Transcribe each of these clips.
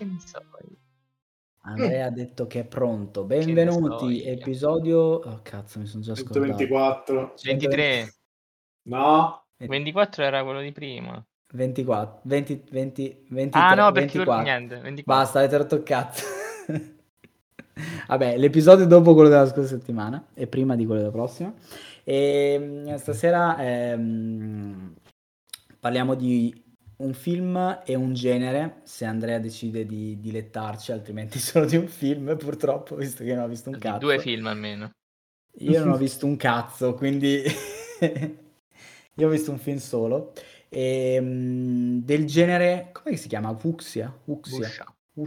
Che ne so io. Andrea ha detto che è pronto. Che ne so Benvenuti, io. episodio... Oh cazzo, mi sono già scordato. 124. 23. No. 24 era quello di prima. 24, 20, 23, Ah no, perché 24. niente, 24. Basta, avete rotto il cazzo. Vabbè, l'episodio dopo quello della scorsa settimana e prima di quello della prossima. E stasera parliamo di un film e un genere, se Andrea decide di dilettarci, altrimenti solo di un film, purtroppo, visto che non ho visto un Di cazzo. 2 film almeno. Io non ho visto un cazzo, quindi io ho visto un film solo. Del genere, come si chiama? Fucsia? Buscia.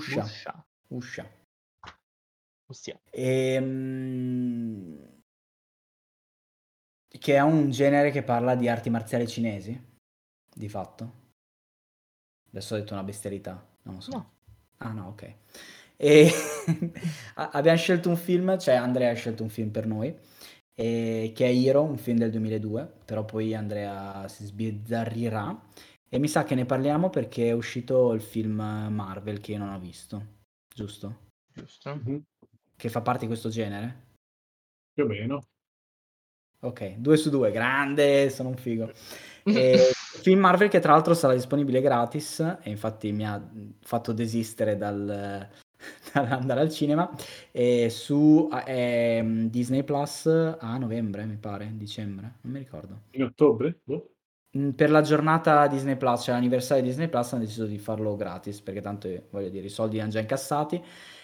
Che è un genere che parla di arti marziali cinesi, di fatto. Adesso ho detto una bestialità, non lo so. No. Ah no, ok. E abbiamo scelto un film, cioè Andrea ha scelto un film per noi, che è Hero, un film del 2002, però poi Andrea si sbizzarrirà e mi sa che ne parliamo perché è uscito il film Marvel che io non ho visto, giusto? Giusto. Che fa parte di questo genere? Più o meno. Ok, 2 su 2, grande, sono un figo. Film Marvel che tra l'altro sarà disponibile gratis e infatti mi ha fatto desistere dall'andare al cinema su Disney Plus a novembre, mi pare, dicembre, non mi ricordo. In ottobre? Boh. Per la giornata Disney Plus, cioè l'anniversario di Disney Plus, hanno deciso di farlo gratis perché tanto, voglio dire, i soldi li hanno già incassati.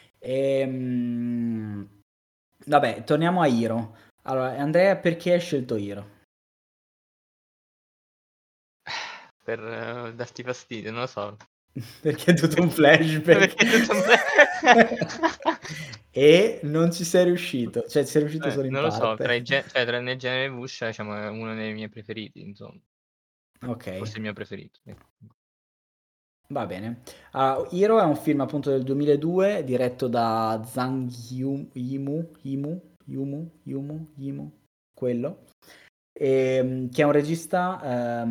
Vabbè, torniamo a Hero. Allora, Andrea, perché hai scelto Hero? Per darti fastidio, non lo so. Perché è tutto un flashback. Perché è tutto un E non ci sei riuscito, cioè ci sei riuscito solo in non lo so, parte. nel genere Buscia, diciamo, è uno dei miei preferiti, insomma. Ok. Forse il mio preferito. Va bene. Hero è un film appunto del 2002 diretto da Zhang Yimou, quello, che è un regista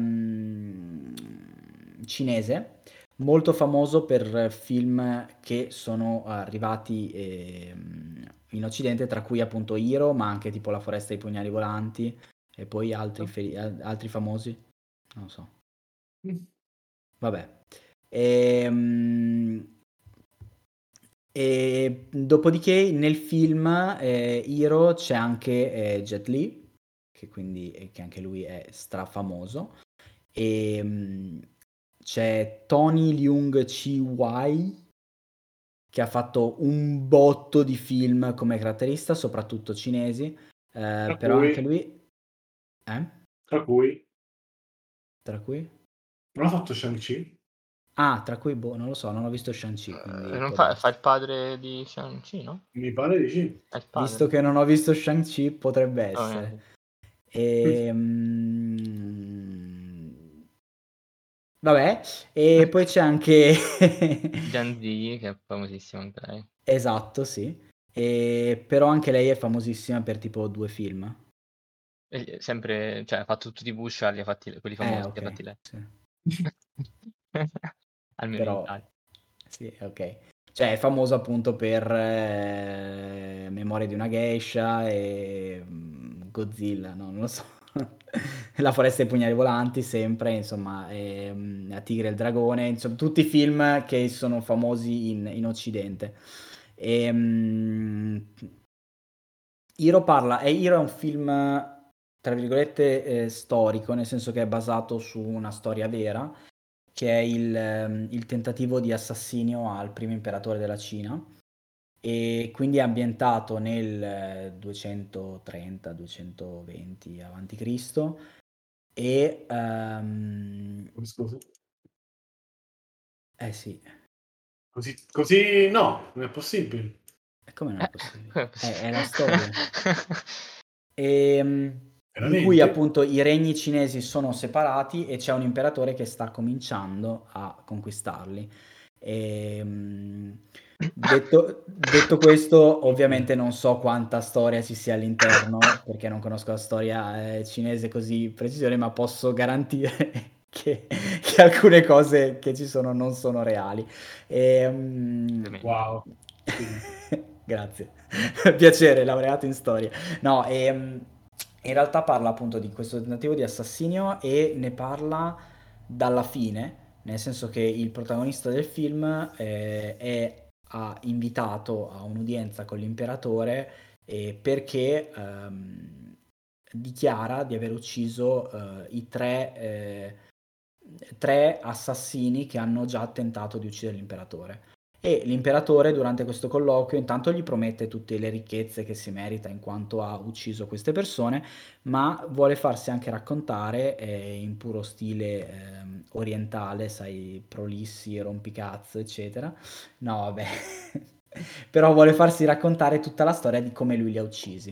cinese molto famoso per film che sono arrivati in Occidente, tra cui appunto Hero, ma anche tipo La foresta dei pugnali volanti e poi altri famosi, non lo so. Vabbè. E dopodiché nel film Hero c'è anche Jet Li, che anche lui è strafamoso, e c'è Tony Leung Chi-Wai che ha fatto un botto di film come caratterista, soprattutto cinesi, però anche lui... Tra cui? Tra cui? Non ha fatto Shang-Chi? Ah, tra cui, boh, non lo so, non ho visto Shang-Chi, quindi Non può fa darsi. il padre di Shang-Chi, no? Mi pare di sì. È il padre. Visto che non ho visto Shang-Chi, potrebbe essere. Vabbè, e poi c'è anche... Zhang Zi, che è famosissima anche lei. Esatto, sì. Però anche lei è famosissima per tipo 2 film. Sempre, cioè ha fatto tutti i Buscia, li ha fatti quelli famosi, Ok, li ha fatti lei. sì. Almeno in Però, Italia. sì, ok. Cioè è famoso appunto per Memoria di una geisha e Godzilla, no? Non lo so. La foresta dei pugnali volanti sempre, insomma, La tigre e il dragone, insomma, tutti i film che sono famosi in Occidente. Hero è un film, tra virgolette, storico, nel senso che è basato su una storia vera, che è il tentativo di assassinio al primo imperatore della Cina, e quindi è ambientato nel 230-220 avanti Cristo e Scusa. sì. Così no, non è possibile. Come non è possibile? È la storia. In cui Veramente? appunto i regni cinesi sono separati e c'è un imperatore che sta cominciando a conquistarli. Detto questo, ovviamente non so quanta storia ci sia all'interno, perché non conosco la storia cinese così precisione, ma posso garantire che alcune cose che ci sono non sono reali. Ovviamente. Wow. Sì. Grazie. Piacere, laureato in storia. No, in realtà parla appunto di questo tentativo di assassinio e ne parla dalla fine, nel senso che il protagonista del film ha invitato a un'udienza con l'imperatore perché dichiara di aver ucciso i tre assassini che hanno già tentato di uccidere l'imperatore. E l'imperatore durante questo colloquio intanto gli promette tutte le ricchezze che si merita in quanto ha ucciso queste persone, ma vuole farsi anche raccontare in puro stile orientale, sai, prolissi, rompicazzo, eccetera. No, vabbè. Però vuole farsi raccontare tutta la storia di come lui li ha uccisi.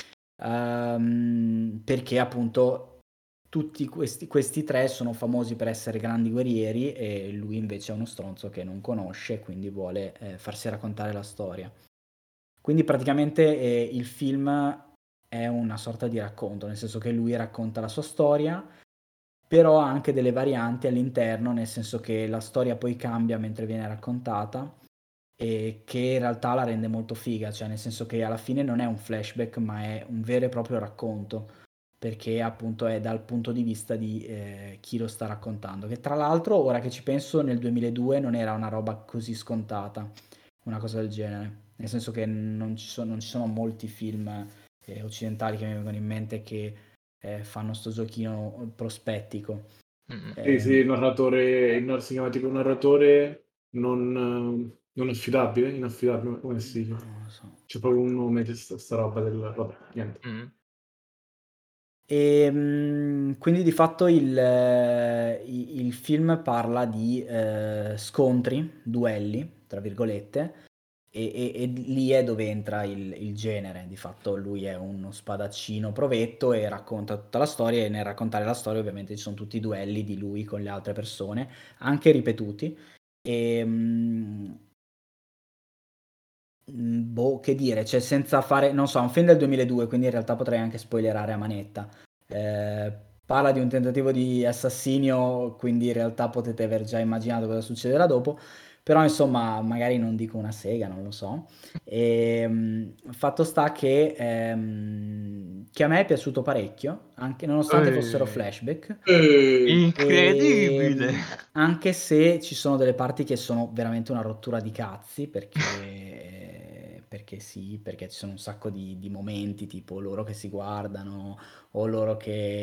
Perché appunto tutti questi tre sono famosi per essere grandi guerrieri e lui invece è uno stronzo che non conosce e quindi vuole farsi raccontare la storia. Quindi praticamente il film è una sorta di racconto, nel senso che lui racconta la sua storia, però ha anche delle varianti all'interno, nel senso che la storia poi cambia mentre viene raccontata e che in realtà la rende molto figa, cioè nel senso che alla fine non è un flashback ma è un vero e proprio racconto, perché appunto è dal punto di vista di chi lo sta raccontando, che tra l'altro ora che ci penso nel 2002 non era una roba così scontata, una cosa del genere, nel senso che non ci sono molti film occidentali che mi vengono in mente che fanno sto giochino prospettico. Sì, sì, il narratore, si chiama tipo narratore non affidabile, inaffidabile, come si chiama? Non lo so. C'è proprio un nome di sta roba vabbè, niente. Quindi di fatto il film parla di scontri, duelli, tra virgolette, e lì è dove entra il genere. Di fatto lui è uno spadaccino provetto e racconta tutta la storia e nel raccontare la storia ovviamente ci sono tutti i duelli di lui con le altre persone, anche ripetuti. Boh, che dire, cioè senza fare, non so, è un film del 2002, quindi in realtà potrei anche spoilerare a manetta. Parla di un tentativo di assassinio, quindi in realtà potete aver già immaginato cosa succederà dopo, però insomma, magari non dico una sega, non lo so. Fatto sta che a me è piaciuto parecchio, anche nonostante fossero flashback. Incredibile! Anche se ci sono delle parti che sono veramente una rottura di cazzi, perché sì, perché ci sono un sacco di momenti, tipo loro che si guardano, o loro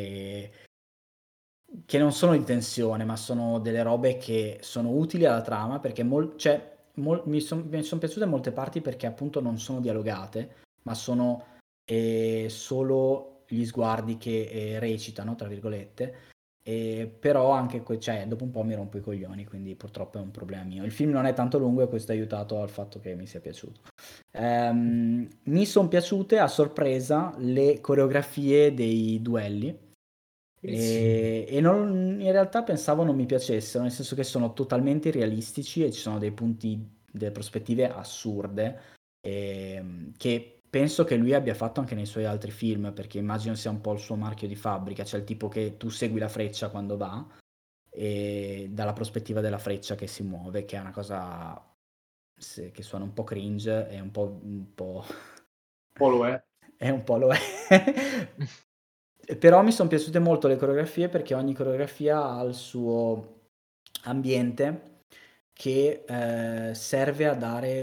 che non sono di tensione, ma sono delle robe che sono utili alla trama, perché mi son piaciute molte parti perché appunto non sono dialogate, ma sono solo gli sguardi che recitano, tra virgolette. Però anche cioè, dopo un po' mi rompo i coglioni, quindi purtroppo è un problema mio. Il film non è tanto lungo e questo ha aiutato al fatto che mi sia piaciuto. Mi sono piaciute a sorpresa le coreografie dei duelli. E in realtà pensavo non mi piacessero, nel senso che sono totalmente irrealistici e ci sono dei punti, delle prospettive assurde che penso che lui abbia fatto anche nei suoi altri film, perché immagino sia un po' il suo marchio di fabbrica, cioè il tipo che tu segui la freccia quando va e dalla prospettiva della freccia che si muove, che è una cosa che suona un po' cringe e un po'... Poi lo è. è un po' lo è. Però mi sono piaciute molto le coreografie perché ogni coreografia ha il suo ambiente che serve a dare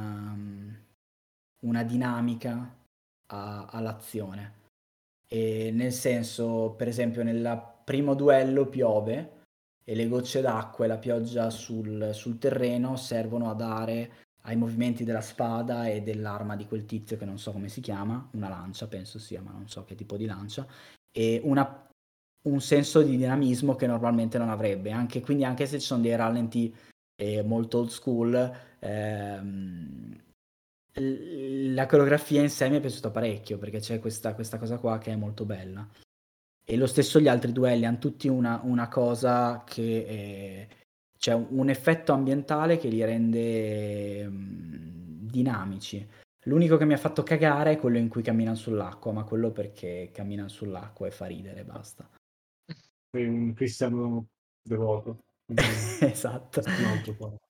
una dinamica all'azione. E nel senso, per esempio, nel primo duello piove e le gocce d'acqua e la pioggia sul terreno servono a dare ai movimenti della spada e dell'arma di quel tizio che non so come si chiama, una lancia penso sia, ma non so che tipo di lancia, e un senso di dinamismo che normalmente non avrebbe. Quindi anche se ci sono dei rallenti molto old school, la coreografia in sé mi è piaciuta parecchio perché c'è questa cosa qua che è molto bella. E lo stesso gli altri duelli hanno tutti una cosa che c'è un effetto ambientale che li rende dinamici. L'unico che mi ha fatto cagare è quello in cui camminano sull'acqua, ma quello perché camminano sull'acqua e fa ridere, basta. sei un cristiano devoto. Quindi Esatto. questo è un altro po'.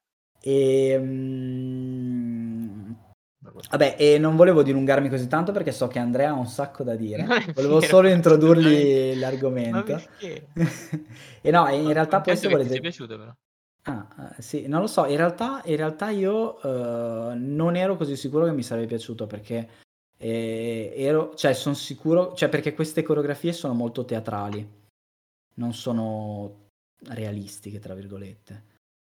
Vabbè, e non volevo dilungarmi così tanto perché so che Andrea ha un sacco da dire. Non è Volevo vero, solo assolutamente. introdurgli Ma l'argomento. perché? E no, in Sono realtà poi contento se che ti sia volete... piaciuto però. Sì, non lo so, in realtà io non ero così sicuro che mi sarebbe piaciuto perché cioè sono sicuro, cioè perché queste coreografie sono molto teatrali, non sono realistiche, tra virgolette.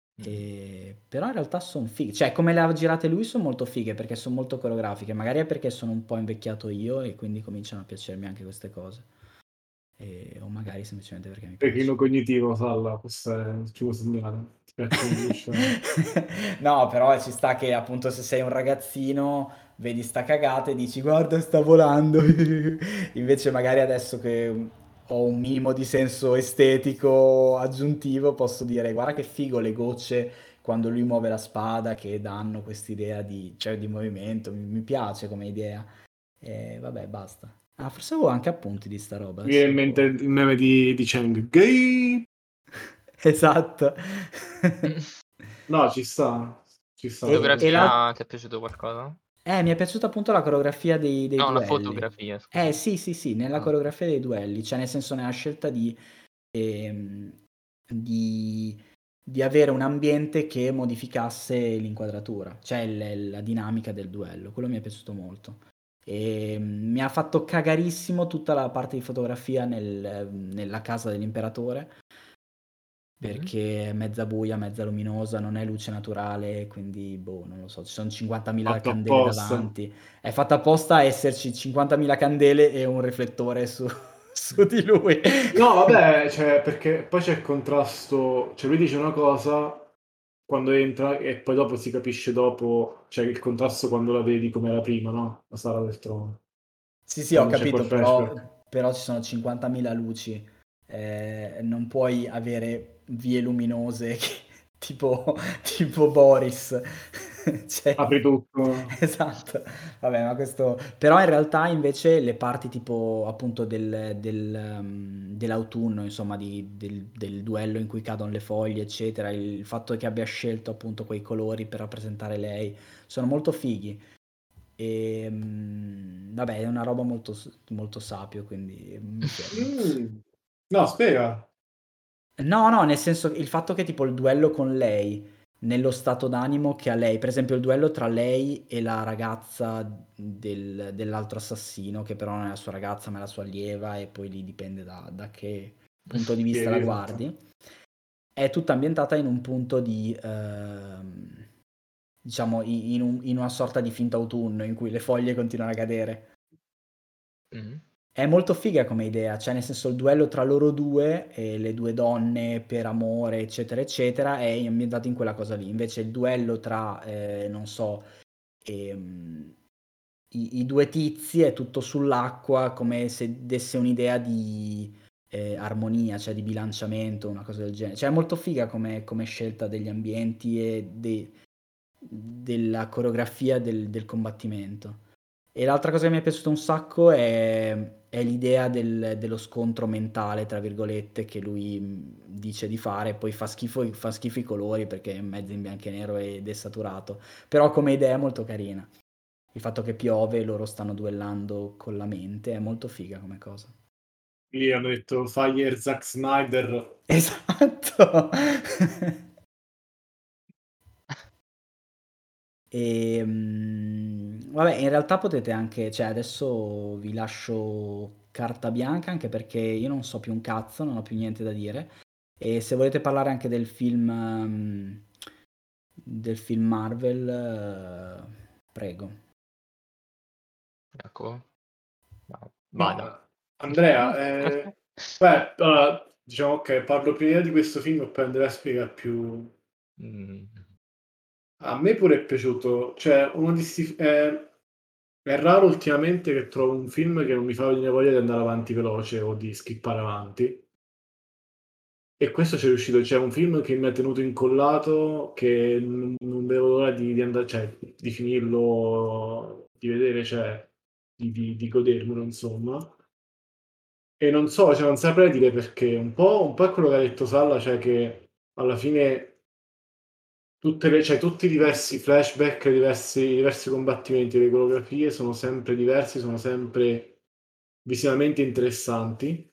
Però in realtà sono fighe, cioè come le ha girate lui sono molto fighe perché sono molto coreografiche, magari è perché sono un po' invecchiato io e quindi cominciano a piacermi anche queste cose. O magari semplicemente perché mi piace. Tecnico cognitivo, Salla, questo è il primo segnale. Ti piacciono gli scemi. No, però ci sta che appunto se sei un ragazzino vedi sta cagata e dici guarda sta volando. Invece magari adesso che ho un minimo di senso estetico aggiuntivo posso dire guarda che figo le gocce quando lui muove la spada che danno quest'idea di, cioè, di movimento, mi piace come idea. E vabbè, basta. Ah, forse avevo anche appunti di sta roba. Mi viene Adesso in un mente po'. il meme di Cheng. Gay! Esatto. No, ci sta. Ci sta. E l'altro... Fotografia ti è piaciuto qualcosa? Mi è piaciuta appunto la coreografia dei No, la duelli. fotografia, scusa. Sì, sì, sì, nella Ah. coreografia dei duelli, cioè nel senso nella scelta ehm, di, di avere un ambiente che modificasse l'inquadratura, cioè la dinamica del duello. Quello mi è piaciuto molto. E mi ha fatto cagarissimo tutta la parte di fotografia nella casa dell'imperatore perché è mezza buia, mezza luminosa, non è luce naturale, quindi boh, non lo so, ci sono 50.000 Fatto candele apposta. davanti. È fatta apposta a esserci 50.000 candele e un riflettore su di lui. No, vabbè, cioè, perché poi c'è il contrasto, cioè lui dice una cosa quando entra e poi dopo si capisce dopo, c'è il contrasto quando la vedi come era prima, no? La sala del trono. Sì, sì, ho Quando c'è quel capito, flashback. però ci sono 50.000 luci. Non puoi avere vie luminose tipo Boris. Cioè, Apri tutto. esatto. Vabbè, ma questo... Però in realtà invece le parti tipo appunto dell'autunno, insomma, del duello in cui cadono le foglie, eccetera, il fatto che abbia scelto appunto quei colori per rappresentare lei, sono molto fighi. Vabbè, è una roba molto, molto sapio, quindi mi fermo. Mm. No, spiega. No, no, nel senso il fatto che tipo il duello con lei, nello stato d'animo che ha lei, per esempio il duello tra lei e la ragazza dell'altro assassino, che però non è la sua ragazza ma è la sua allieva e poi lì dipende da che punto di vista la Esatto. guardi, è tutta ambientata in un punto di, diciamo, in una sorta di finto autunno in cui le foglie continuano a cadere. Mm. È molto figa come idea, cioè nel senso il duello tra loro due e le due donne per amore, eccetera, eccetera, è ambientato in quella cosa lì. Invece il duello tra, non so, ehm, i due tizi è tutto sull'acqua, come se desse un'idea di armonia, cioè di bilanciamento, una cosa del genere. Cioè è molto figa come scelta degli ambienti e della coreografia del combattimento. E l'altra cosa che mi è piaciuta un sacco è l'idea dello scontro mentale, tra virgolette, che lui dice di fare, poi fa schifo i colori perché è mezzo in bianco e nero ed è saturato, però come idea è molto carina. Il fatto che piove e loro stanno duellando con la mente è molto figa come cosa. Lì hanno detto Fire Zack Snyder. Esatto! Vabbè, in realtà potete anche, cioè adesso vi lascio carta bianca anche perché io non so più un cazzo, non ho più niente da dire. E se volete parlare anche del film Marvel, prego. Ecco. No, vada. No, Andrea, beh, allora, diciamo ok, parlo prima di questo film e poi andrei a spiegare più. Mm. A me pure è piaciuto, cioè uno di è raro ultimamente che trovo un film che non mi fa venire voglia di andare avanti veloce o di skippare avanti. E questo ci è riuscito, c'è un film che mi ha tenuto incollato, che non vedo l'ora di andare, cioè, di finirlo, di vedere, cioè, di godermelo, insomma. E non so, cioè non saprei dire perché, un po' è quello che ha detto Salla, cioè che alla fine cioè, tutti i diversi flashback, diversi combattimenti, le coreografie sono sempre diversi, sono sempre visivamente interessanti.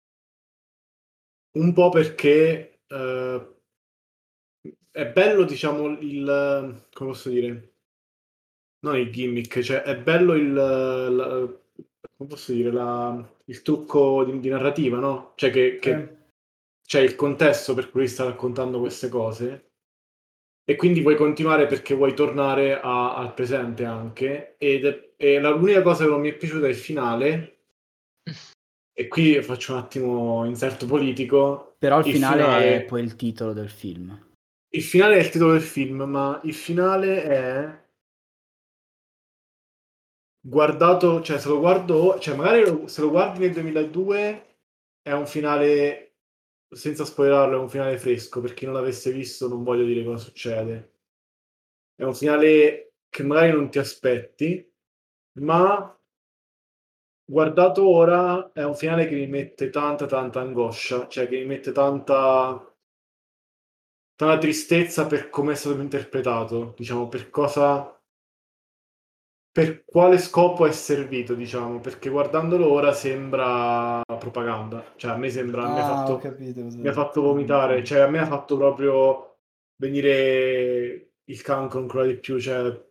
Un po' perché è bello, diciamo, come posso dire, non il gimmick, cioè è bello come posso dire, il trucco di narrativa, no? Cioè che c'è il contesto per cui sta raccontando queste cose e quindi vuoi continuare perché vuoi tornare al presente anche e l'unica cosa che non mi è piaciuta è il finale e qui faccio un attimo inserto politico. Però il finale è poi il titolo del film. Il finale è il titolo del film, ma il finale è guardato, cioè se lo guardo, cioè magari se lo guardi nel 2002 è un finale, senza spoilerarlo, è un finale fresco, per chi non l'avesse visto non voglio dire cosa succede. È un finale che magari non ti aspetti, ma guardato ora è un finale che mi mette tanta angoscia, cioè che mi mette tanta tristezza per come è stato interpretato, diciamo, per quale scopo è servito, diciamo, perché guardandolo ora sembra propaganda, cioè a me sembra, Ho capito mi ha fatto vomitare, cioè a me ha fatto proprio venire il cancro ancora di più, cioè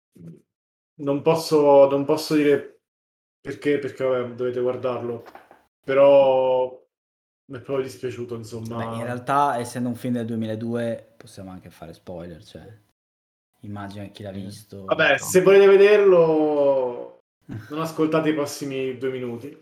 non posso dire perché vabbè, dovete guardarlo, però mi è proprio dispiaciuto, insomma. Beh, in realtà, essendo un film del 2002, possiamo anche fare spoiler, cioè immagino chi l'ha visto. Vabbè, se volete vederlo, non ascoltate i prossimi 2 minuti.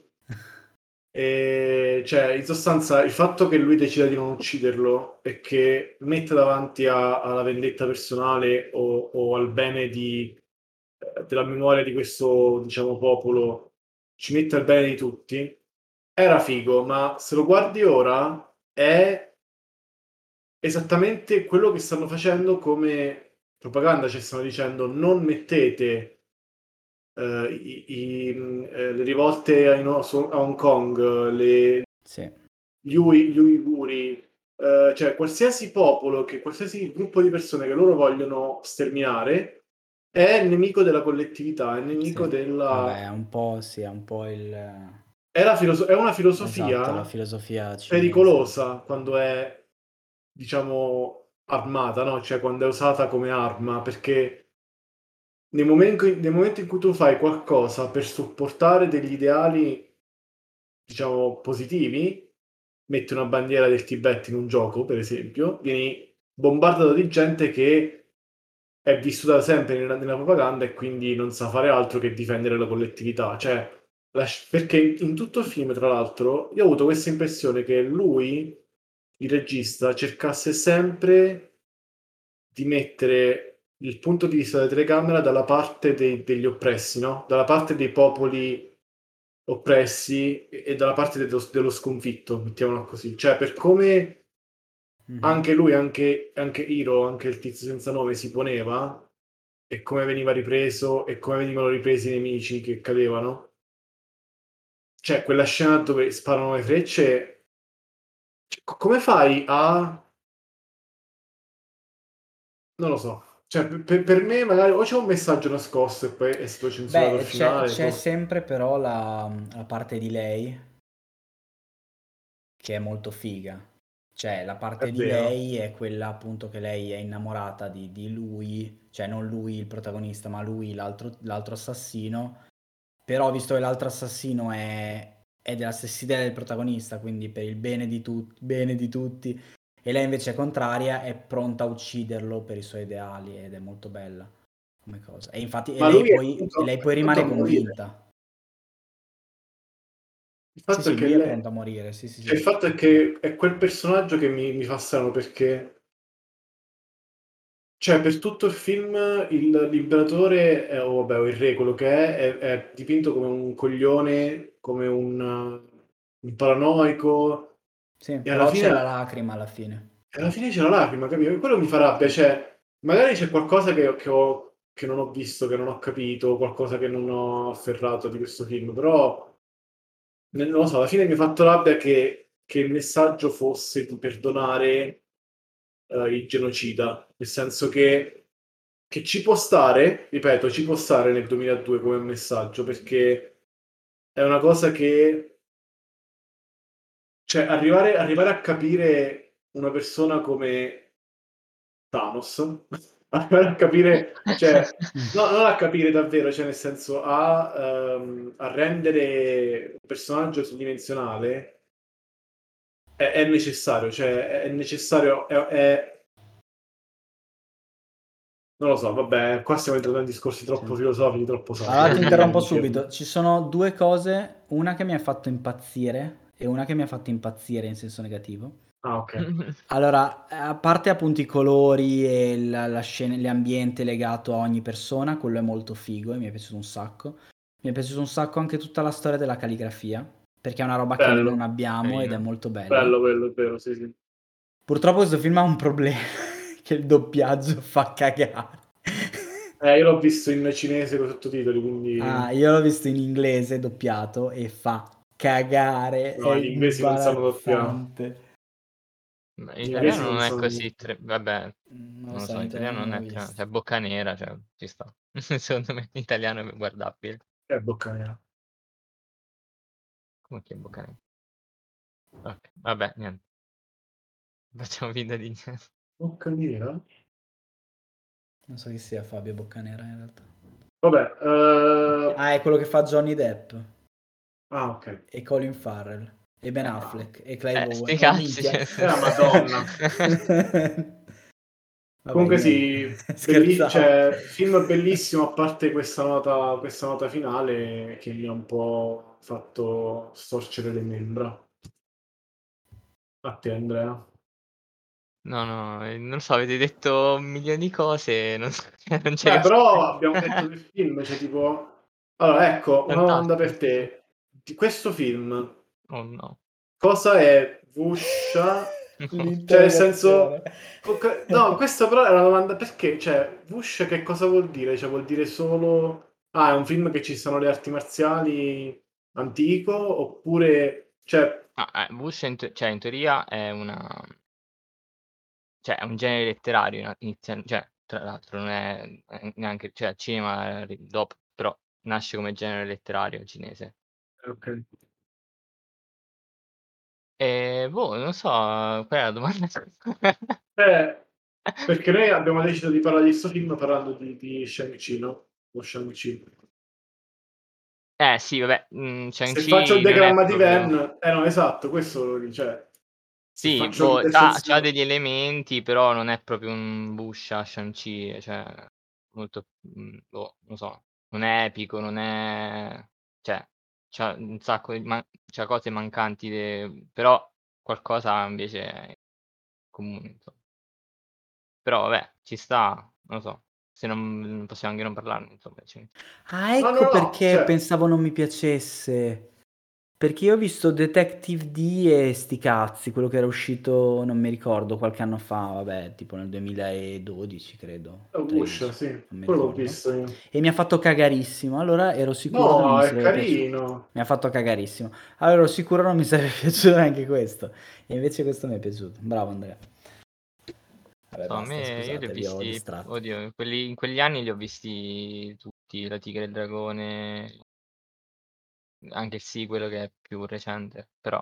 E, cioè, in sostanza, il fatto che lui decida di non ucciderlo e che metta davanti alla vendetta personale o al bene della memoria di questo, diciamo, popolo, ci metta il bene di tutti, era figo, ma se lo guardi ora è esattamente quello che stanno facendo come propaganda, cioè stanno dicendo non mettete le rivolte a Hong Kong, Sì. gli uiguri, cioè qualsiasi popolo, qualsiasi gruppo di persone che loro vogliono sterminare è nemico della collettività, è nemico Sì. della... Vabbè, è un po', sì, è un po' il... È una Esatto, la filosofia filosofia cinese. pericolosa quando è, diciamo, armata, no? Cioè quando è usata come arma, perché nel momento in cui tu fai qualcosa per supportare degli ideali, diciamo, positivi, metti una bandiera del Tibet in un gioco, per esempio, vieni bombardato di gente che è vissuta sempre nella propaganda e quindi non sa fare altro che difendere la collettività. Cioè, perché in tutto il film, tra l'altro, io ho avuto questa impressione che lui, il regista, cercasse sempre di mettere il punto di vista della telecamera dalla parte degli oppressi, no? Dalla parte dei popoli oppressi e dalla parte dello sconfitto, mettiamola così. Cioè, per come anche lui, anche Hiro, anche il tizio senza nome si poneva e come veniva ripreso e come venivano ripresi i nemici che cadevano. Cioè, quella scena dove sparano le frecce, cioè, come fai a... Non lo so. Cioè, per me magari o c'è un messaggio nascosto e poi è stato censurato al Beh, finale. c'è sempre però la parte di lei che è molto figa. Cioè, la parte È di vero. lei è quella appunto che lei è innamorata di lui, cioè non lui il protagonista, ma lui l'altro assassino. Però visto che l'altro assassino è della stessa idea del protagonista, quindi per il bene di tutti, e lei invece è contraria, è pronta a ucciderlo per i suoi ideali ed è molto bella come cosa. E infatti Ma lui lei poi è pronto rimane a morire. convinta. Il Sì, fatto è sì, che lui è pronto a morire, sì, sì, cioè, il sì. fatto è che è quel personaggio che mi fa strano perché cioè, per tutto il film l'imperatore, o vabbè, o il re, quello che è dipinto come un coglione, come un paranoico, Sì, e però c'è la lacrima alla fine. alla fine c'è la lacrima, capito? E quello mi fa rabbia, cioè, magari c'è qualcosa che non ho visto, che non ho capito, qualcosa che non ho afferrato di questo film, però non lo so, alla fine mi ha fatto rabbia che il messaggio fosse di perdonare il genocida, nel senso che ci può stare, ripeto, ci può stare nel 2002 come messaggio, perché è una cosa che, cioè, arrivare a capire una persona come Thanos, arrivare a capire, cioè, no, non a capire davvero, cioè, nel senso, a rendere un personaggio tridimensionale è necessario, cioè, è necessario, non lo so, vabbè, qua stiamo entrando in discorsi troppo Sì. filosofici, troppo sani. Allora ti interrompo Dicevo. subito. Ci sono due cose, una che mi ha fatto impazzire e una che mi ha fatto impazzire in senso negativo. Ah, ok. Allora, a parte appunto i colori e la scena, l'ambiente legato a ogni persona, quello è molto figo e mi è piaciuto un sacco. Mi è piaciuto un sacco anche tutta la storia della calligrafia, perché è una roba che noi non Bello, abbiamo ed è Carino. molto bella. bello quello, è vero, sì, sì. Purtroppo questo film ha un problema, che il doppiaggio fa cagare. Io l'ho visto in cinese con sottotitoli, Ah, quindi io l'ho visto in inglese doppiato e fa cagare, è no, gli inglesi non sanno doppiare. imbarazzante. Ma in Gli Vabbè, inglesi italiano non non è sanno così, doppiare. vabbè, non lo non lo so, so, in in italiano italiano non non l'ho è, visto. cioè Bocca Nera, cioè, ci sta. Secondo me in italiano è guardabile. Bocca nera. Come che è Bocca Nera? Ok, vabbè, niente. Facciamo finta di niente. Bocca nera? Non so chi sia Fabio Boccanera in realtà. Vabbè, Ah, è quello che fa Johnny Depp ok. e Colin Farrell e Ben Ah, Affleck e Clive Owen. Sti Oh, cazzi, minchia. cioè. la Madonna. Vabbè, Comunque niente. sì, Scherzavo. cioè, film bellissimo, a parte questa nota finale che mi ha un po' fatto storcere le membra. A te, Andrea. No, no, non so, avete detto un milione di cose, non so, non ci Beh, riesco però a abbiamo detto del film, cioè tipo... Allora, ecco, una domanda fantastico, per sì, sì. te. Di questo film, Oh no. cosa è Vuscia? No. Cioè, nel L'interrogazione. senso... No, questa però è una domanda perché, cioè, Vuscia che cosa vuol dire? Cioè, vuol dire solo... Ah, è un film che ci sono le arti marziali antico, oppure... Cioè, Bush cioè in teoria è cioè è un genere letterario cioè tra l'altro non è neanche cioè al cinema dopo, però nasce come genere letterario cinese. ok. Boh, non so, qual è la domanda? Perché noi abbiamo deciso di parlare di questo film parlando di Shang-Chi, no? Lo Shang-Chi. Sì vabbè, Se faccio il Shang-Chi non è diagramma di proprio Venn, no, esatto, questo, cioè, se sì, faccio boh, c'ha l'intersezione, degli elementi, però non è proprio un Wuxia Shang-Chi, cioè molto, boh, non so, non è epico, non è cioè, c'ha un sacco di c'ha cose mancanti però qualcosa invece è comune, insomma. Però vabbè, ci sta, non lo so, se non possiamo anche non parlarne, insomma, Ah, no, no, ecco no, perché cioè, pensavo non mi piacesse. Perché io ho visto Detective D e sti cazzi, quello che era uscito, non mi ricordo, qualche anno fa, vabbè, tipo nel 2012, credo, Uscia, 13, sì, non mi quello l'ho ricordo. visto io. E mi ha fatto cagarissimo, allora ero sicuro che non No, mi è sarebbe piaciuto. carino. Mi ha fatto cagarissimo. Allora ero sicuro non mi sarebbe piaciuto neanche questo. E invece questo mi è piaciuto. Bravo Andrea. Vabbè, so, a basta, me io li ho scusate, vi ho visti, distratto. oddio, in quegli anni li ho visti tutti, La Tigre e il Dragone, anche il sequel che è più recente, però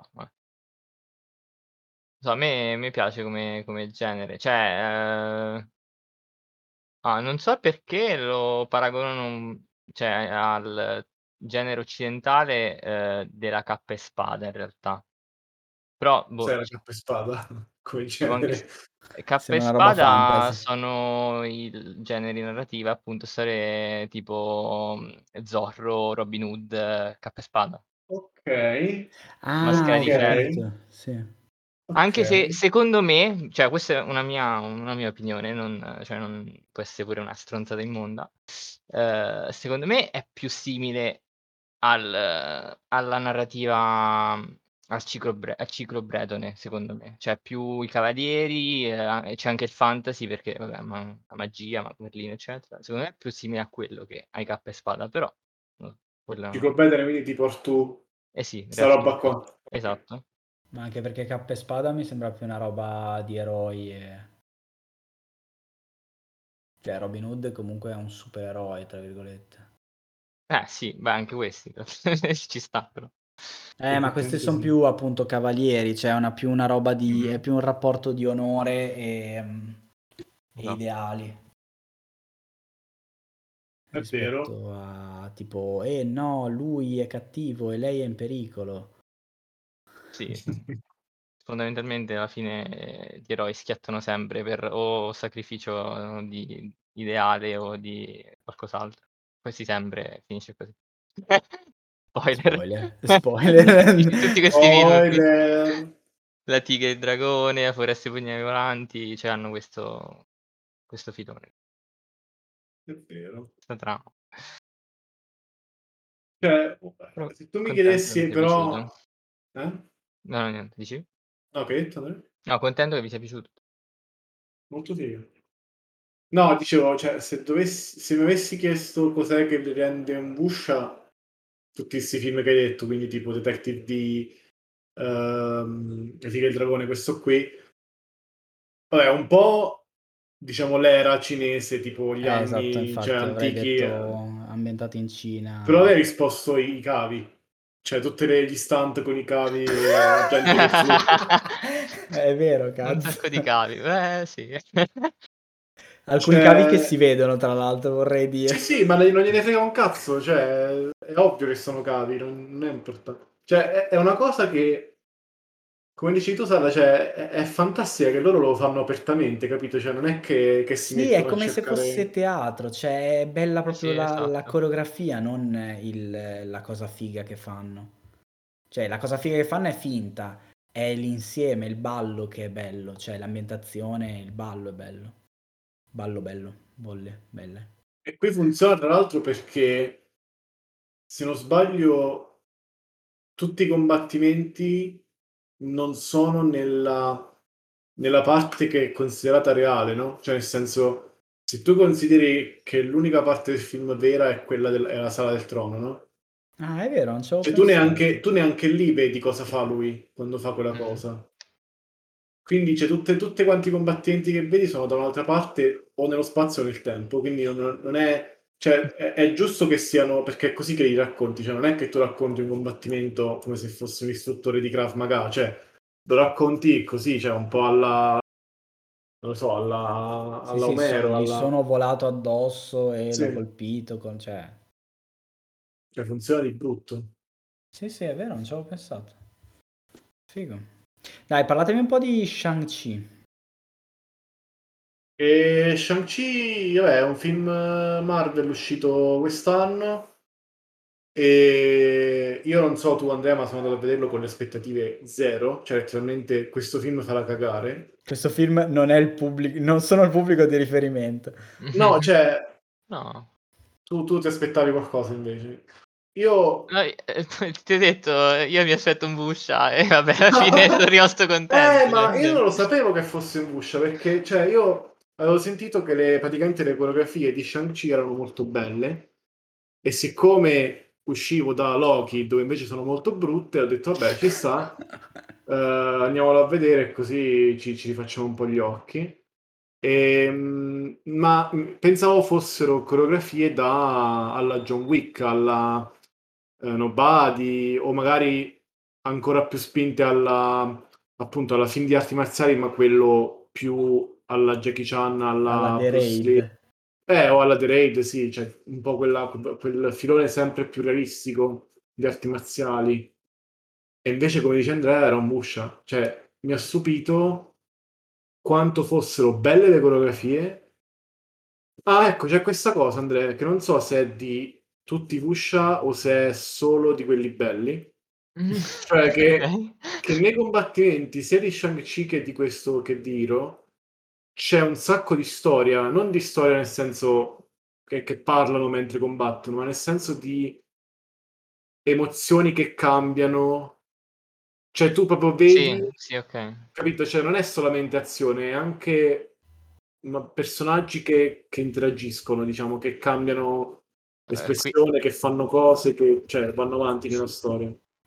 so, a me piace come genere, cioè, non so perché lo paragonano, cioè, al genere occidentale della cappa e spada in realtà, però boh, Sei la cappa e spada, come tipo anche genere. Cappa e Sembra una roba Spada fantasy. sono il generi narrativi, appunto, storie tipo Zorro, Robin Hood, Cappa e Spada, Ok, Ah, Maschera ho di Ferro. ok, capito, sì. ok. Anche se secondo me, cioè questa è una mia opinione, cioè non può essere pure una stronzata immonda, secondo me è più simile alla narrativa, al ciclo bretone, secondo me. Cioè più i cavalieri, e c'è anche il fantasy perché vabbè, la magia, Merlino, eccetera. Secondo me è più simile a quello che ai Cappa e Spada, però quello Ciclopedere, quindi ti porto sì, sta roba riassunto. qua. Esatto. Ma anche perché Cappa e Spada mi sembra più una roba di eroi. Cioè Robin Hood comunque è un supereroe, tra virgolette. Sì, beh, anche questi ci sta però. Ma questi sono Sì. più appunto cavalieri, cioè più una roba di... è Mhm. più un rapporto di onore e Esatto. ideali. È vero. Rispetto a tipo, no, lui è cattivo e lei è in pericolo. Sì. Fondamentalmente alla fine gli eroi schiattano sempre per o sacrificio di ideale o di qualcos'altro. Quasi sempre finisce così. Spoiler. Spoiler. In tutti questi film qui. Spoiler. La tigre e il dragone, la foresta e i pugnali volanti, cioè hanno questo filone, È vero. questa trama. Cioè, Però se tu mi contento che vi chiedessi sia però... piaciuto. No, No, niente, dici? che hai detto, Andrea? No, contento che vi sia piaciuto. Molto figo. No, dicevo, cioè, se mi avessi chiesto cos'è che rende un Busha, tutti questi film che hai detto, quindi tipo Detective D, La Tigre e il Dragone, questo qui, vabbè, un po', diciamo, l'era cinese, tipo gli Esatto, anni, cioè, infatti avrei antichi, detto ambientato in Cina. però lei ha risposto i cavi, cioè tutti gli stunt con i cavi e la gente che flutta. È vero, Un cazzo. sacco di cavi. Sì. Alcuni cavi che Cioè, si vedono, tra l'altro, vorrei sì, dire. sì, ma non gliene frega un cazzo, cioè, è ovvio che sono cavi, non è importante. Cioè, è una cosa che, come dici tu, Sara, cioè, è fantastica che loro lo fanno apertamente, capito? Cioè, non è che si Sì, è mettono a come se fosse cercare... teatro, cioè è bella Sì, proprio la esatto. coreografia, non la cosa figa che fanno. Cioè, la cosa figa che fanno è finta, è l'insieme, il ballo che è bello, cioè l'ambientazione, il ballo è bello. Ballo bello, bolle, belle. E qui funziona, tra l'altro, perché, se non sbaglio, tutti i combattimenti non sono nella parte che è considerata reale, no? Cioè, nel senso, se tu consideri che l'unica parte del film vera è quella è la Sala del Trono, no? Ah, è vero, non ci avevo Cioè, pensato. tu neanche lì vedi cosa fa lui quando fa quella Mm. cosa. Quindi c'è tutte quanti i combattenti che vedi sono da un'altra parte o nello spazio o nel tempo, quindi non è... Cioè, è giusto che siano... perché è così che li racconti, cioè non è che tu racconti un combattimento come se fosse un istruttore di Krav Maga, cioè lo racconti così, cioè un po' alla... non lo so, Sì, alla sì, Omero, gli alla... sono volato addosso e l'ho Sì, colpito, cioè... cioè funziona di brutto. Sì, sì, è vero, non ci avevo pensato. Figo. Dai, parlatemi un po' di Shang-Chi. E Shang-Chi, vabbè, è un film Marvel uscito quest'anno. E io non so tu Andrea, ma sono andato a vederlo con le aspettative zero, cioè letteralmente questo film farà cagare. Questo film non è il pubblico, non sono il pubblico di riferimento. No, cioè No. tu ti aspettavi qualcosa invece. Io... No, ti ho detto, io mi aspetto un Busha e vabbè, alla fine sono rimasto contento. Ma io non Cioè. lo sapevo che fosse un Busha, perché cioè, io avevo sentito che praticamente le coreografie di Shang-Chi erano molto belle, e siccome uscivo da Loki, dove invece sono molto brutte, ho detto vabbè, ci sta, andiamolo a vedere così ci rifacciamo un po' gli occhi. Ma pensavo fossero coreografie alla John Wick, alla Nobody, o magari ancora più spinte appunto alla film di arti marziali, ma quello più alla Jackie Chan, Alla alla The Bruce Lee. Raid. O alla The Raid, sì, cioè un po' quel filone sempre più realistico di arti marziali. E invece, come dice Andrea, era un Musha. Cioè, mi ha stupito quanto fossero belle le coreografie. Ah, ecco, c'è questa cosa, Andrea, che non so se è di tutti i Musha o se è solo di quelli belli. Cioè, Ok. che nei combattimenti sia di Shang-Chi che di questo che di Hiro c'è un sacco di storia, non di storia nel senso che parlano mentre combattono, ma nel senso di emozioni che cambiano. Cioè, tu proprio Sì, vedi, sì, ok. capito? Cioè, non è solamente azione, è anche personaggi che interagiscono, diciamo, che cambiano Qui, espressione, che fanno cose, che cioè, vanno avanti nella storia.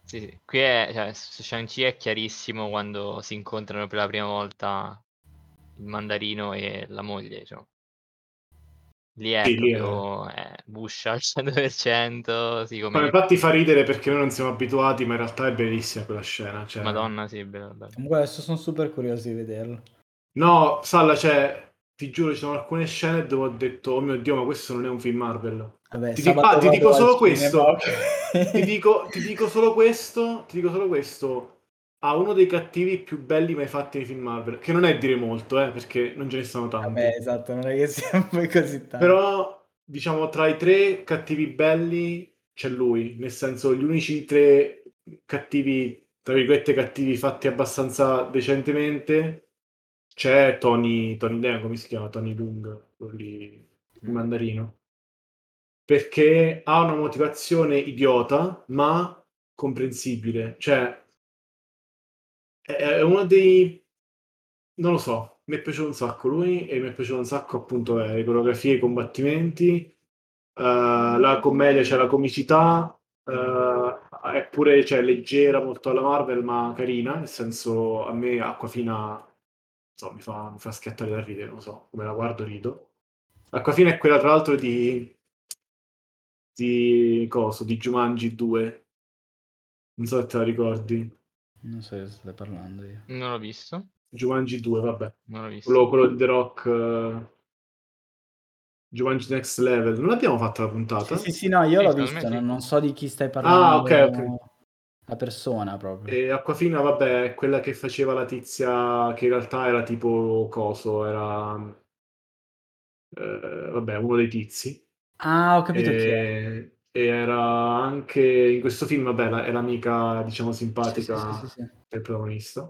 Sì. Qui è, cioè, su Shang-Chi è chiarissimo quando si incontrano per la prima volta il mandarino e la moglie, cioè. Lì è Sì, lì è. proprio Bush al 100%, sì, Ma come infatti fa ridere perché noi non siamo abituati, ma in realtà è bellissima quella scena. Cioè... Madonna, sì, bello, bello. Comunque adesso sono super curioso di vederlo. No, Salla, cioè, ti giuro, ci sono alcune scene dove ho detto, oh mio Dio, ma questo non è un film Marvel. Vabbè, Ti sabato ti dico vado al solo cinema, questo. ok. Ti dico solo questo. Ti dico solo questo. Ha uno dei cattivi più belli mai fatti nei film Marvel. Che non è dire molto, perché non ce ne sono Vabbè, tanti. esatto, non è che sia poi così tanto. Però, diciamo, tra i 3 cattivi belli c'è lui. Nel senso, gli unici 3 cattivi, tra virgolette, cattivi fatti abbastanza decentemente c'è Tony Leung, come si chiama? Tony Lung, quello lì, il mandarino. Perché ha una motivazione idiota, ma comprensibile. Cioè, è uno dei... non lo so, mi è piaciuto un sacco lui e mi è piaciuto un sacco appunto le coreografie, i combattimenti, la commedia, c'è la comicità, è pure cioè, leggera molto alla Marvel, ma carina, nel senso a me Acquafina so, mi fa schiattare da ridere, non so, come la guardo rido. Acquafina è quella tra l'altro di Jumanji 2, non so se te la ricordi. Non so di cosa stai parlando io. Non l'ho visto, Jumanji 2, vabbè. non l'ho visto. Quello di The Rock, Jumanji Next Level. Non l'abbiamo fatta la puntata? Sì, no, io Sì, l'ho secondo me visto, sì. non so di chi stai Ah, ok, ok. parlando la persona proprio. E Acquafina, vabbè, è quella che faceva la tizia che in realtà era tipo coso, era vabbè, uno dei tizi. Ah, ho capito chi è. E era anche in questo film, vabbè, è l'amica, diciamo, Sì. simpatica del protagonista.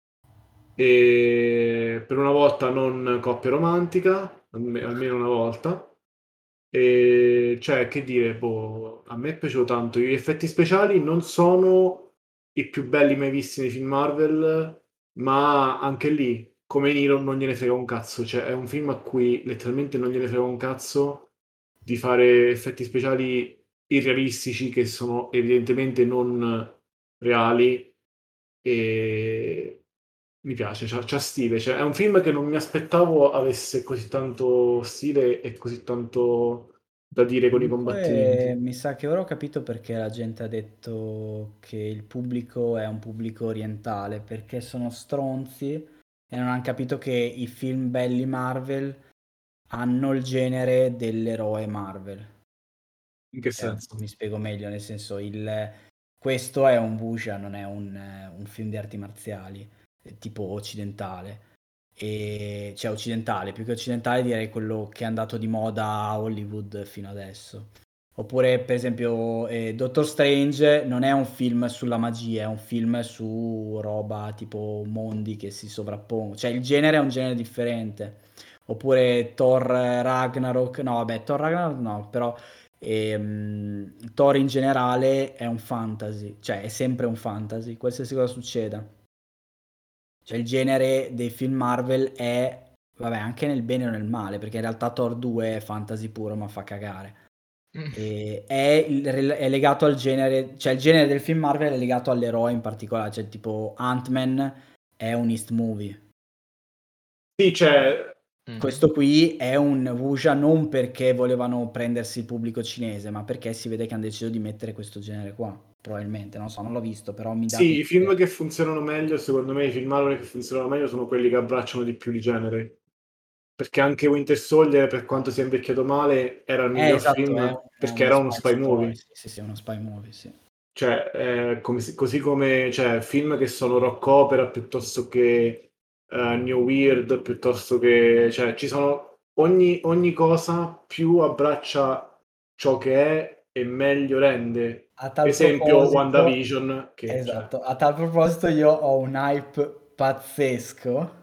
E per una volta non coppia romantica, almeno una volta. E cioè, che dire, boh, a me è piaciuto tanto. Gli effetti speciali non sono i più belli mai visti nei film Marvel, ma anche lì, come Nero, non gliene frega un cazzo. Cioè, è un film a cui letteralmente non gliene frega un cazzo di fare effetti speciali irrealistici che sono evidentemente non reali e mi piace, c'ha stile, cioè, è un film che non mi aspettavo avesse così tanto stile e così tanto da dire con i Comunque combattimenti. mi sa che ora ho capito perché la gente ha detto che il pubblico è un pubblico orientale, perché sono stronzi e non hanno capito che i film belli Marvel hanno il genere dell'eroe Marvel. In che Cioè, senso? mi spiego meglio, nel senso, questo è un wuxia, non è un film di arti marziali, tipo occidentale. Cioè occidentale, più che occidentale direi quello che è andato di moda a Hollywood fino adesso. Oppure, per esempio, Doctor Strange non è un film sulla magia, è un film su roba tipo mondi che si sovrappongono. Cioè il genere è un genere differente. Oppure Thor Ragnarok, no, vabbè, Thor Ragnarok no, però Thor in generale è un fantasy, cioè è sempre un fantasy, qualsiasi cosa succeda. Cioè il genere dei film Marvel è, vabbè, anche nel bene o nel male, perché in realtà Thor 2 è fantasy puro, ma fa cagare. È legato al genere, cioè il genere del film Marvel è legato all'eroe in particolare, cioè tipo Ant-Man è un East movie. Sì, cioè, Questo qui è un wuxia non perché volevano prendersi il pubblico cinese, ma perché si vede che hanno deciso di mettere questo genere qua. Probabilmente, non so, non l'ho visto, però mi dà sì, i quest'idea. film che funzionano meglio, secondo me, i film Marvel che funzionano meglio sono quelli che abbracciano di più di genere. Perché anche Winter Soldier, per quanto sia invecchiato male, era il miglior Esatto, film è perché uno era uno spy spy story, movie. sì, è uno spy movie, sì. Cioè, così come cioè, film che sono rock opera piuttosto che New Weird, piuttosto che... Cioè, ci sono... Ogni cosa più abbraccia ciò che è e meglio rende. A tal Esempio proposito, WandaVision, che... Cioè, esatto, a tal proposito io ho un hype pazzesco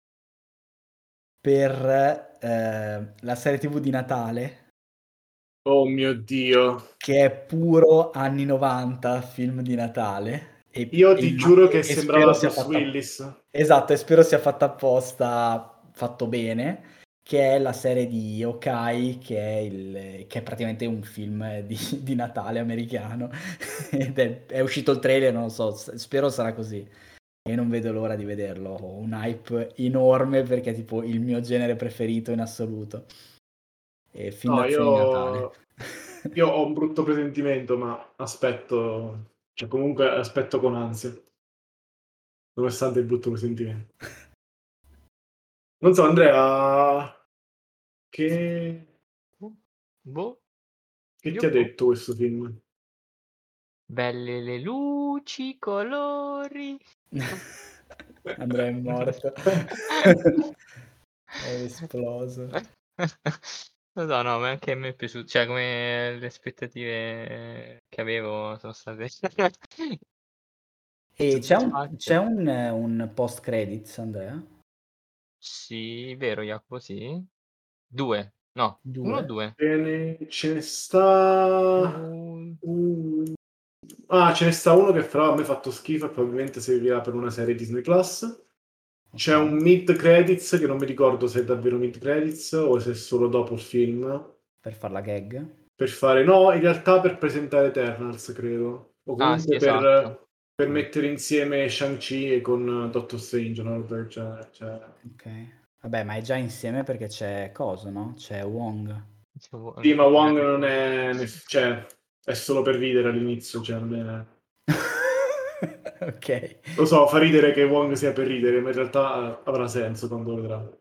per la serie TV di Natale, oh mio Dio. che è puro anni 90, film di Natale, Io ti giuro che e spero sembrava sia Bruce fatta, Willis. esatto, e spero sia fatta apposta, fatto bene. che è la serie di Yokai, che è praticamente un film di Natale americano. Ed è uscito il trailer, non lo so, spero sarà così. E non vedo l'ora di vederlo. Ho un hype enorme perché è tipo il mio genere preferito in assoluto. E fin No, d'azione di Natale. io ho un brutto presentimento, ma aspetto, cioè comunque aspetto con ansia, nonostante il brutto presentimento. Non so, Andrea, che Boh, ti io ha boh. detto questo film? Belle le luci, colori. Andrea è morto. È esploso. Non so, no, ma anche a me è piaciuto, cioè come le aspettative che avevo sono state E soddisfatte. c'è un post credits, Andrea? Sì, vero Jacopo, sì. 2, no, 1 o 2? 2? Ce ne sta ce ne sta uno che però a me ha fatto schifo e probabilmente servirà per una serie Disney Plus. C'è un mid credits che non mi ricordo se è davvero mid credits o se è solo dopo il film. Per far la gag? Per fare, no, in realtà per presentare Eternals, credo. O Ah sì, comunque esatto. per mettere insieme Shang-Chi e con Doctor Strange, no? Ok. Vabbè, ma è già insieme perché c'è coso, no? C'è Wong. Sì, ma Wong non è... cioè, è solo per ridere all'inizio, cioè, non è... Ok. Lo so, fa ridere che Wong sia per ridere, ma in realtà avrà senso quando lo vedrà.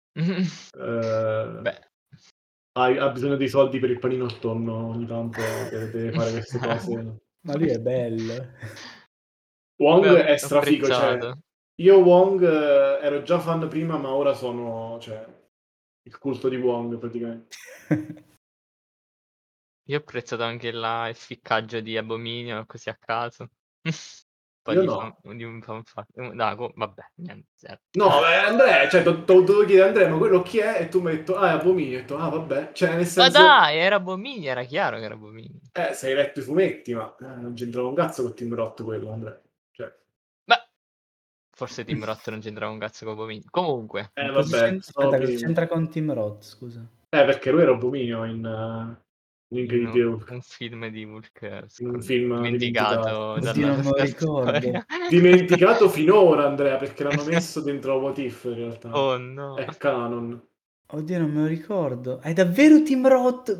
Beh. Ha bisogno dei soldi per il panino al tonno ogni tanto, deve fare queste cose. Ma lui è bello. Wong Beh, è ho strafigo, cioè apprezzato. io Wong ero già fan prima, ma ora sono, cioè, il culto di Wong praticamente. Io ho apprezzato anche il ficcaggio di Abominio, così a caso. Poi Io di no. un fan no, vabbè, niente, zero. No, Andrea, cioè, dovevo chiedere a Andrea, ma quello chi è? E tu mi hai detto, è Abominio. Ho detto, vabbè. Cioè, nel Ma senso, dai, era Abominio, era chiaro che era Abominio. se hai letto i fumetti, ma non c'entrava un cazzo con Tim Roth quello, Andrea. Cioè, Beh, forse Tim Roth non c'entrava un cazzo con Abominio. Comunque. Ma vabbè, sono aspetta, cosa opinioni. c'entra con Tim Roth, scusa? Perché lui era Abominio in In Incredibile Hulk, un film di Hulk in un film dimenticato. dimenticato Oddio, dalla non me lo nostra ricordo. storia. Dimenticato finora, Andrea, perché l'hanno messo dentro What If, in realtà. Oh no. È canon. Oddio, non me lo ricordo. È davvero Tim Roth?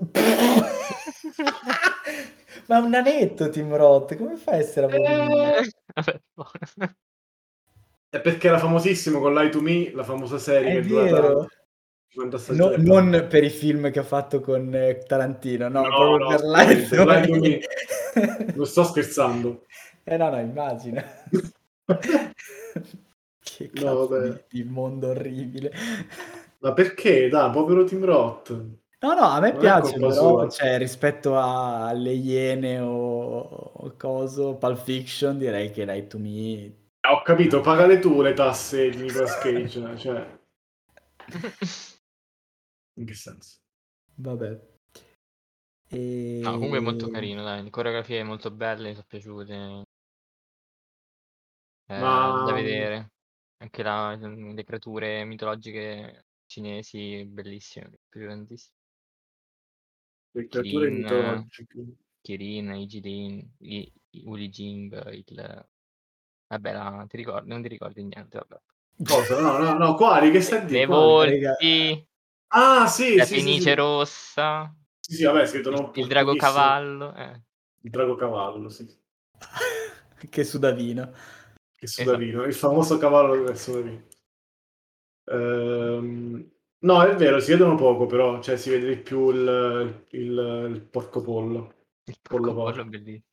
Ma è un nanetto Tim Roth, come fa a essere Abominio? Vabbè, È perché era famosissimo con Lie to Me, la famosa serie È che è durata vero. 50 stagioni. Non per i film che ha fatto con Tarantino, no, No, proprio per Lie assolutamente. to Lie to Me. Me. Non sto scherzando. No, immagino. Che No, cazzo vabbè. di mondo orribile. Ma perché? Dai, povero Tim Roth. No, a me Non è piace, colpa però, sua. cioè, rispetto alle Iene o coso, Pulp Fiction, direi che Lie to Me... Ho capito, pagale tu le tasse di Nicolas Cage, cioè... In che senso? Vabbè. No, comunque è molto carino, dai. Le coreografie molto belle, mi sono piaciute. Da Ma vedere. Anche le creature mitologiche cinesi, bellissime, mi è piaciuto tantissimo. le creature Kirin, mitologiche. Kirin, Ijilin, Uli Jing, vabbè, non ti ricordi niente, vabbè. Cosa? No, quali? Che stai di? Le Quali? Raga. volpi, Ah, sì, la sì, sì, Fenice sì. rossa, Sì, sì, vabbè, si vedono il drago pochissimo. cavallo, Il drago cavallo, sì. Che sudavino. Che esatto. sudavino, il famoso cavallo del sudavino. No, è vero, si vedono poco, però, cioè si vede di più il porco pollo. Il Pollo porco porco. bellissimo.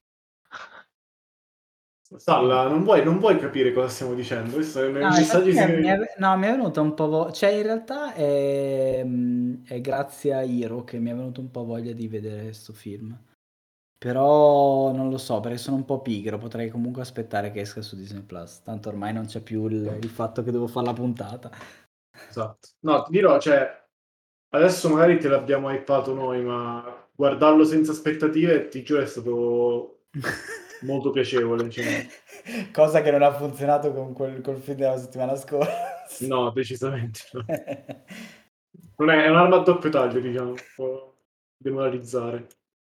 Salla, non vuoi capire cosa stiamo dicendo? Visto che nei No, messaggi infatti si... mi è venuto un po' cioè in realtà è grazie a Hiro che mi è venuto un po' voglia di vedere questo film. Però non lo so, perché sono un po' pigro, potrei comunque aspettare che esca su Disney Plus. Tanto ormai non c'è più il fatto che devo fare la puntata. Esatto. No, ti dirò, cioè, adesso magari te l'abbiamo hypato noi, ma guardarlo senza aspettative, ti giuro, è stato molto piacevole. Cioè. Cosa che non ha funzionato con col film della settimana scorsa. No, decisamente no. Non è un'arma a doppio taglio, diciamo, può demoralizzare.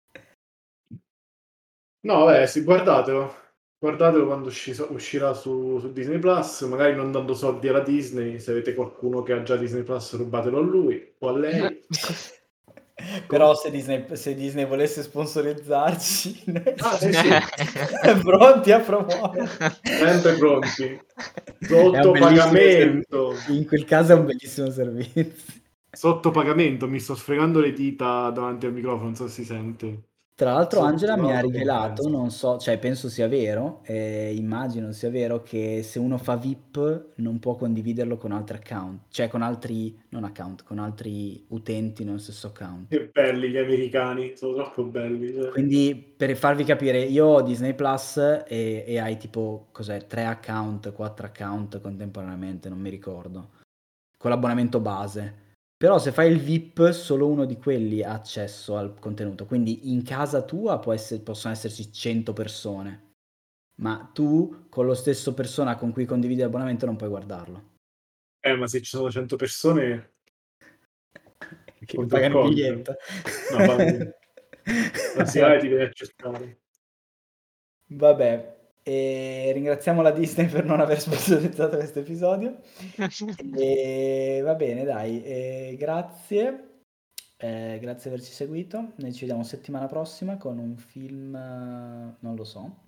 No, vabbè, sì, guardatelo. Guardatelo quando uscirà su Disney Plus, magari non dando soldi alla Disney, se avete qualcuno che ha già Disney Plus rubatelo a lui o a lei. Però se Disney volesse sponsorizzarci, noi Ah, sì, saremmo sì, pronti a promuovere. sempre pronti. È un Sotto bellissimo pagamento. servizio. In quel caso è un bellissimo servizio. Sotto pagamento, mi sto sfregando le dita davanti al microfono, non so se si sente. Tra l'altro Sotto Angela mi ha pago rivelato, compenso. non so, cioè penso sia vero, immagino sia vero che se uno fa VIP non può condividerlo con altri account, cioè con altri, non account, con altri utenti nello stesso account. Che belli gli americani, sono troppo belli. Cioè. Quindi per farvi capire, io ho Disney Plus e hai tipo, cos'è, 3 account, 4 account contemporaneamente, non mi ricordo, con l'abbonamento base. Però se fai il VIP, solo uno di quelli ha accesso al contenuto. Quindi in casa tua possono esserci 100 persone, ma tu con lo stesso persona con cui condividi l'abbonamento non puoi guardarlo. Ma se ci sono 100 persone, Che conto il pagano il conto. biglietto. No, la SIAE ti deve accettare. Vabbè, e ringraziamo la Disney per non aver sponsorizzato questo episodio. E va bene, dai, grazie. Grazie di averci seguito. Noi ci vediamo settimana prossima con un film, non lo so.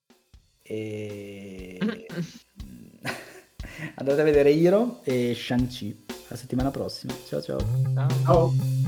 E andate a vedere Hero e Shang-Chi la settimana prossima. Ciao ciao. Ciao. Ciao.